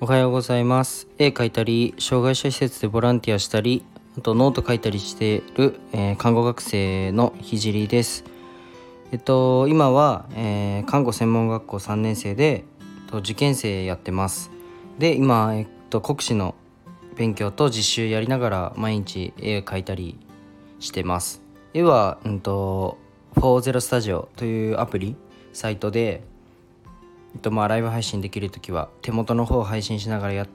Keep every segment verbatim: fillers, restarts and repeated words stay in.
おはようございます。絵描いたり、障害者施設でボランティアしたり、あとノート書いたりしている、えー看護学生のひじりです。えっと今は、えー看護専門学校さんねん生で、えっと受験生やってます。で今、えっと国試の勉強と実習やりながら毎日絵描いたりしてます。絵は、うんと、フォーゼロスタジオというアプリサイトで、えっとまあ、ライブ配信できるときは手元の方を配信しながらやって、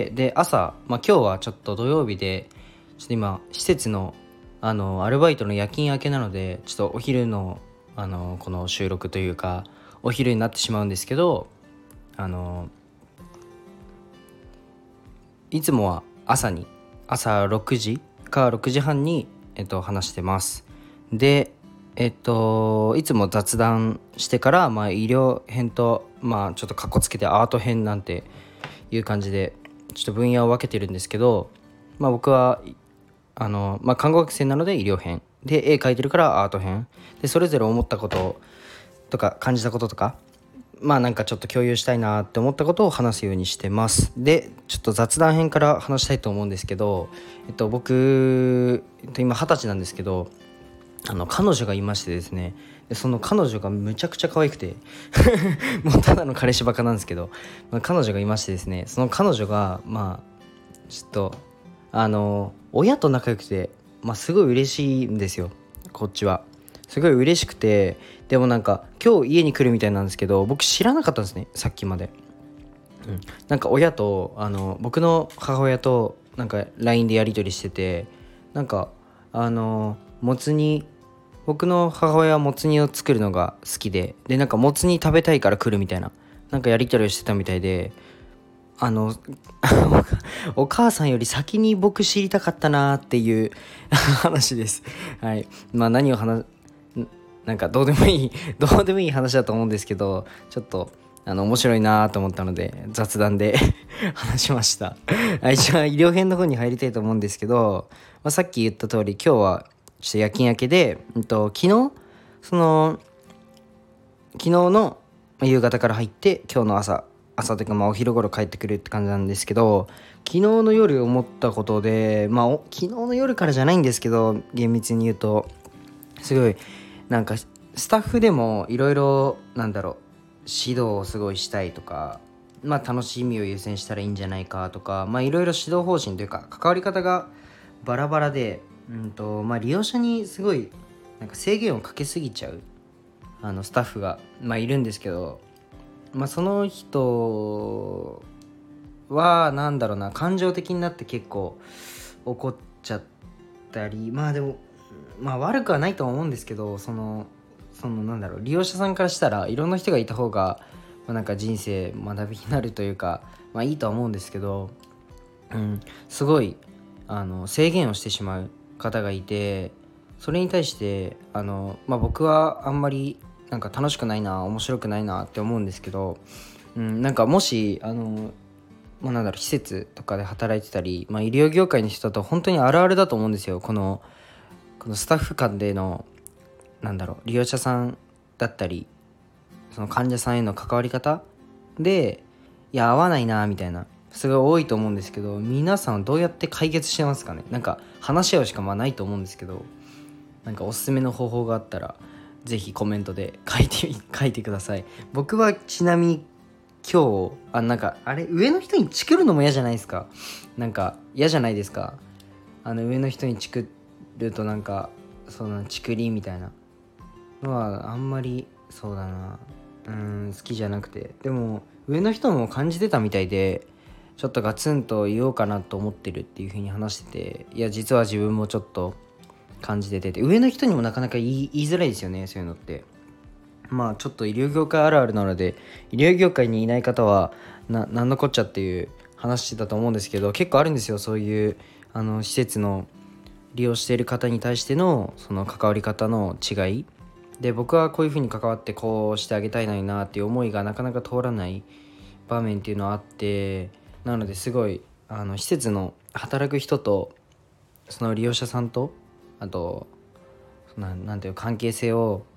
で朝、まあ、今日はちょっと土曜日でちょっと今施設のあのアルバイトの夜勤明けなので、ちょっとお昼のあのこの収録というかお昼になってしまうんですけど、あのいつもは朝に朝ろくじかろくじはんに、えっと、話してます。でえっといつも雑談してから、まあ、医療編と、まあ、ちょっとカッコつけてアート編なんていう感じでちょっと分野を分けてるんですけど、まあ、僕はあの、まあ、看護学生なので医療編で、絵描いてるからアート編で、それぞれ思ったこととか感じたこととか、まあなんかちょっと共有したいなって思ったことを話すようにしてます。でちょっと雑談編から話したいと思うんですけど、えっと、僕、えっと、今二十歳なんですけど、あの彼女がいましてですね、でその彼女がむちゃくちゃ可愛くてもうただの彼氏バカなんですけど、まあ、彼女がいましてですね、その彼女がまあちょっとあの親と仲良くて、まあ、すごい嬉しいんですよ。こっちはすごい嬉しくて、でもなんか今日家に来るみたいなんですけど、僕知らなかったんですね、さっきまで。うん、なんか親とあの僕の母親となんか ライン でやり取りしてて、なんかあのもつ煮、僕の母親はもつ煮を作るのが好きで、でなんかもつ煮食べたいから来るみたいな、なんかやり取りをしてたみたいで、あのお母さんより先に僕知りたかったなっていう話です。はい。まあ何を話なんかどうでもいいどうでもいい話だと思うんですけど、ちょっとあの面白いなと思ったので雑談で話しました。はい、じゃあ医療編の方に入りたいと思うんですけど、まあ、さっき言った通り今日はちょっと夜勤明けで、うんと、昨日その昨日の夕方から入って今日の朝朝というか、まあお昼頃帰ってくるって感じなんですけど、昨日の夜思ったことで、まあ昨日の夜からじゃないんですけど、厳密に言うとすごいなんかスタッフでもいろいろなんだろう、指導をすごいしたいとか、まあ楽しみを優先したらいいんじゃないかとか、まあいろいろ指導方針というか関わり方がバラバラで、うんとまあ利用者にすごいなんか制限をかけすぎちゃうあのスタッフが、まあ、いるんですけど、まあ、その人はなんだろうな、感情的になって結構怒っちゃったり、まあでもまあ悪くはないとは思うんですけど、そのそのなんだろう、利用者さんからしたらいろんな人がいた方が、まあ、なんか人生学びになるというか、まあいいとは思うんですけど、うん、すごいあの制限をしてしまう方がいて、それに対してあの、まあ、僕はあんまりなんか楽しくないな、面白くないなって思うんですけど、うん、なんかもしあの、まあ、なんだろう、施設とかで働いてたり、まあ、医療業界の人だと本当にあるあるだと思うんですよ。このこのスタッフ間でのなんだろう、利用者さんだったりその患者さんへの関わり方で、いや合わないなみたいな、すごい多いと思うんですけど、皆さんはどうやって解決してますかね。なんか話し合うしかまあないと思うんですけど、なんかおすすめの方法があったらぜひコメントで書いて書いてください。僕はちなみに今日あなんかあれ、上の人にチクるのも嫌じゃないですか。なんか嫌じゃないですか。あの上の人にチクるとなんかそのチクリみたいなのはあんまり、そうだな、うーん好きじゃなくて、でも上の人も感じてたみたいで、ちょっとガツンと言おうかなと思ってるっていう風に話してて、いや実は自分もちょっと感じてて、上の人にもなかなか言い、言いづらいですよね、そういうのって。まあちょっと医療業界あるあるなので、医療業界にいない方はな何のこっちゃっていう話だと思うんですけど、結構あるんですよ、そういうあの施設の利用している方に対してのその関わり方の違いで、僕はこういう風に関わってこうしてあげたいのになっていう思いがなかなか通らない場面っていうのはあって、なのですごいあの施設の働く人とその利用者さんと、あとななんていう関係性を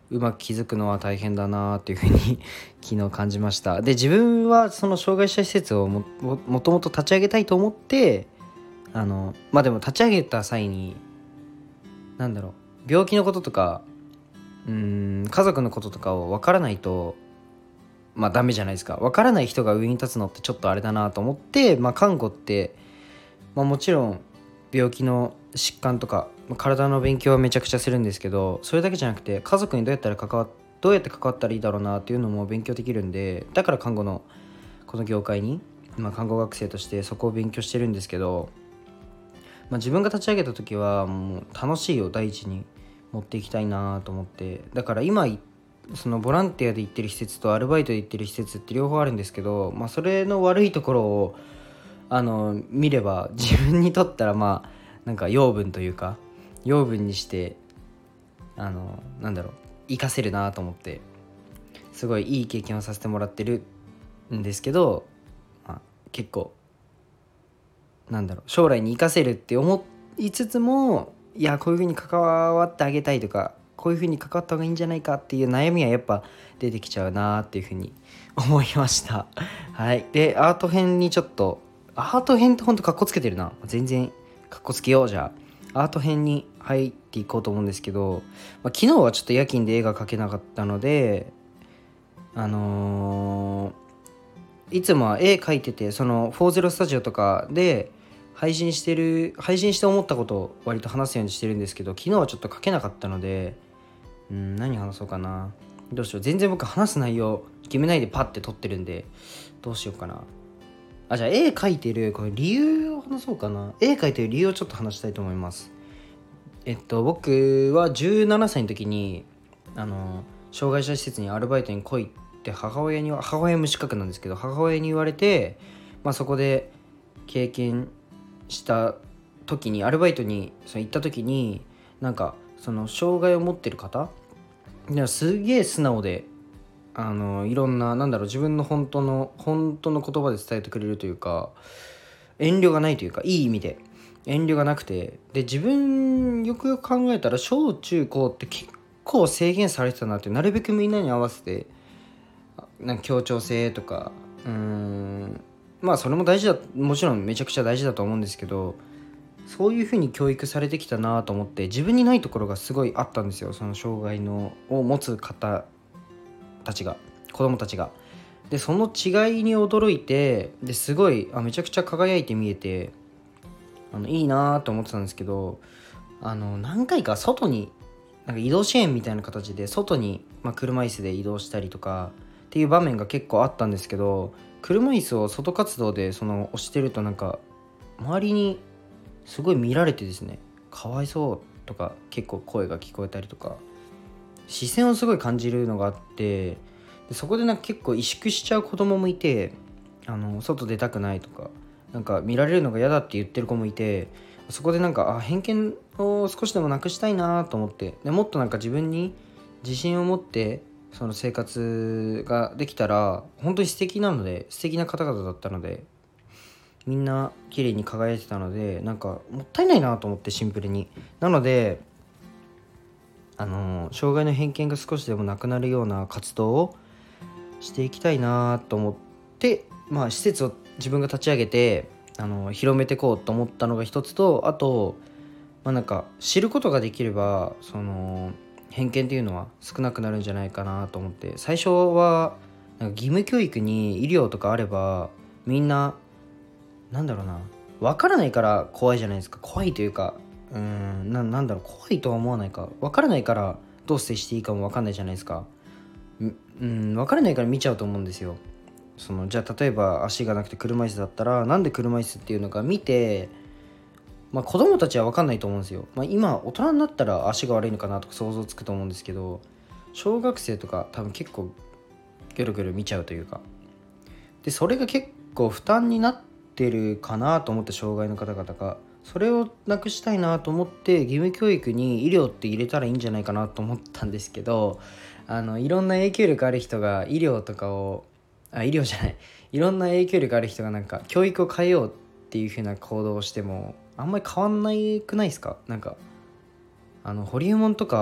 うまく気づくのは大変だなっていうふうに昨日感じました。で自分はその障害者施設をもももともと立ち上げたいと思ってあのまあでも立ち上げた際になんだろう病気のこととかうーん家族のこととかを分からないとまあダメじゃないですか。分からない人が上に立つのってちょっとあれだなと思って、まあ、看護って、まあ、もちろん病気の疾患とか体の勉強はめちゃくちゃするんですけど、それだけじゃなくて家族にどうやったら関わどうやって関わったらいいだろうなっていうのも勉強できるんで、だから看護のこの業界に、まあ、看護学生としてそこを勉強してるんですけど、まあ、自分が立ち上げた時はもう楽しいを第一に持っていきたいなと思って、だから今そのボランティアで行ってる施設とアルバイトで行ってる施設って両方あるんですけど、まあ、それの悪いところをあの見れば自分にとったらまあなんか養分というか養分にしてあのなんだろう活かせるなと思ってすごいいい経験をさせてもらってるんですけど、まあ、結構なんだろう将来に活かせるって思いつつもいやこういう風に関わってあげたいとかこういう風に関わった方がいいんじゃないかっていう悩みはやっぱ出てきちゃうなっていう風に思いましたはいでアート編にちょっとアート編ってほんとカッコつけてるな全然カッコつけようじゃあアート編に入っていこうと思うんですけど、まあ、昨日はちょっと夜勤で絵が描けなかったのであのー、いつもは絵描いててそのフォーゼロスタジオとかで配信してる配信して思ったことを割と話すようにしてるんですけど、昨日はちょっと書けなかったのでうん何話そうかなどうしよう全然僕話す内容決めないでパッて撮ってるんでどうしようかなあじゃあ絵描いてるこれ理由を話そうかな絵描いてる理由をちょっと話したいと思います。えっと僕はじゅうななさいの時にあの障害者施設にアルバイトに来いって母親には母親無資格なんですけど母親に言われて、まあ、そこで経験した時にアルバイトにその行った時になんかその障害を持ってる方すげえ素直であのいろんななんだろう自分の本当の本当の言葉で伝えてくれるというか遠慮がないというかいい意味で遠慮がなくてで自分よくよく考えたら小中高って結構制限されてたなってなるべくみんなに合わせてなんか協調性とかうーんまあそれも大事だもちろんめちゃくちゃ大事だと思うんですけどそういう風に教育されてきたなと思って自分にないところがすごいあったんですよ。その障害のを持つ方たちが子供たちがでその違いに驚いてですごいあめちゃくちゃ輝いて見えてあのいいなと思ってたんですけどあの何回か外になんか移動支援みたいな形で外に、まあ、車椅子で移動したりとかっていう場面が結構あったんですけど車椅子を外活動でその押してるとなんか周りにすごい見られてですねかわいそうとか結構声が聞こえたりとか視線をすごい感じるのがあってでそこでなんか結構萎縮しちゃう子供もいてあの外出たくないとかなんか見られるのが嫌だって言ってる子もいてそこでなんかあ偏見を少しでもなくしたいなと思ってでもっとなんか自分に自信を持ってその生活ができたら本当に素敵なので素敵な方々だったのでみんな綺麗に輝いてたのでなんかもったいないなと思ってシンプルになのであの障害の偏見が少しでもなくなるような活動をしていきたいなと思ってまあ施設を自分が立ち上げてあの広めていこうと思ったのが一つとあとまあなんか知ることができればその偏見っていうのは少なくなるんじゃないかなと思って最初はなんか義務教育に医療とかあればみんななんだろうな分からないから怖いじゃないですか怖いというかうーん な, なんだろう怖いとは思わないか分からないからどう接していいかも分かんないじゃないですかうん分からないから見ちゃうと思うんですよ。そのじゃあ例えば足がなくて車椅子だったらなんで車椅子っていうのか見てまあ子供たちは分かんないと思うんですよ。まあ今大人になったら足が悪いのかなとか想像つくと思うんですけど小学生とか多分結構ギョロギョロ見ちゃうというかでそれが結構負担になってるかなと思って障害の方々がそれをなくしたいなと思って義務教育に医療って入れたらいいんじゃないかなと思ったんですけどあのいろんな影響力ある人が医療とかをあ医療じゃないいろんな影響力ある人がなんか教育を変えようっていう風な行動をしてもあんまり変わんないくないですか。なんかあのホリエモンとか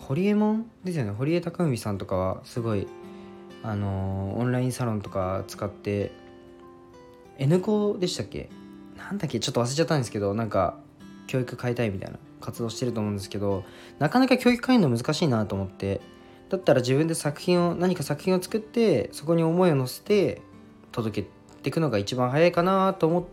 堀江門ですよね。堀江貴文さんとかはすごいあのー、オンラインサロンとか使って N 校でしたっけ、なんだっけちょっと忘れちゃったんですけど、なんか教育変えたいみたいな活動してると思うんですけど、なかなか教育変えるの難しいなと思って、だったら自分で作品を何か作品を作ってそこに思いを乗せて届けていくのが一番早いかなと思って、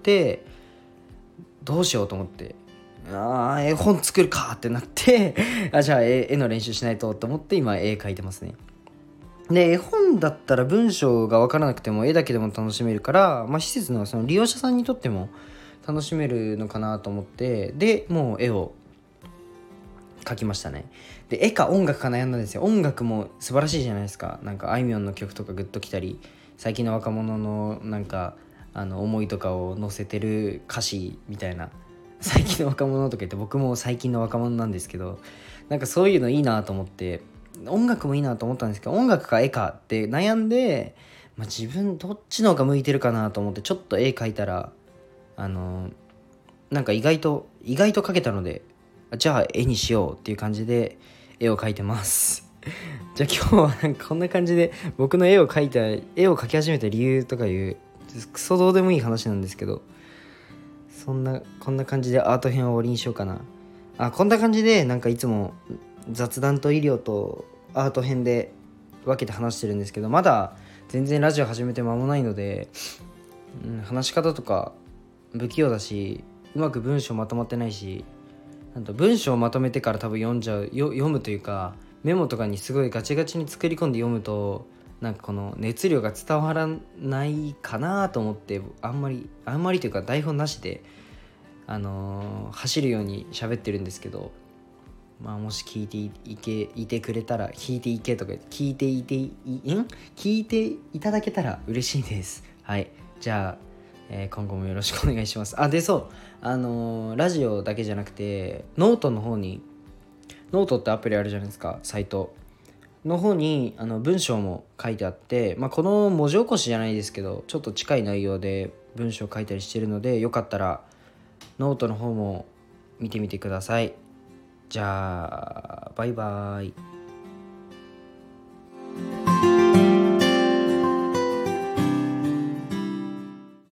どうしようと思って、あー絵本作るかってなってあじゃあ絵絵の練習しないとと思って今絵描いてますね。で絵本だったら文章が分からなくても絵だけでも楽しめるから、まあ、施設のその利用者さんにとっても楽しめるのかなと思って、でもう絵を描きましたね。で絵か音楽か悩んだんですよ。音楽も素晴らしいじゃないですか。なんかあいみょんの曲とかグッときたり、最近の若者のなんかあの思いとかを載せてる歌詞みたいな、最近の若者とか言って僕も最近の若者なんですけど、なんかそういうのいいなと思って、音楽もいいなと思ったんですけど、音楽か絵かって悩んで、まあ、自分どっちの方が向いてるかなと思ってちょっと絵描いたら、あのなんか意外と意外と描けたので、じゃあ絵にしようっていう感じで絵を描いてますじゃあ今日はなんかこんな感じで僕の絵を描いた絵を描き始めた理由とかいうクソどうでもいい話なんですけど、そんなこんな感じでアート編は終わりにしようかな。あこんな感じでなんかいつも雑談と医療とアート編で分けて話してるんですけど、まだ全然ラジオ始めて間もないので、うん、話し方とか不器用だし、うまく文章まとまってないし、なんと文章をまとめてから多分読んじゃうよ読むというか、メモとかにすごいガチガチに作り込んで読むとなんかこの熱量が伝わらないかなと思って、あんまりあんまりというか台本なしであのー、走るように喋ってるんですけど、まあもし聞いていけいてくれたら、聞いていけとか聞いていていん聞いていただけたら嬉しいです。はい、じゃあ、えー今後もよろしくお願いします。あでそうあのーラジオだけじゃなくてノートの方に、ノートってアプリあるじゃないですか、サイトの方にあの文章も書いてあって、まあ、この文字起こしじゃないですけどちょっと近い内容で文章書いたりしてるので、よかったらノートの方も見てみてください。じゃあバイバーイ。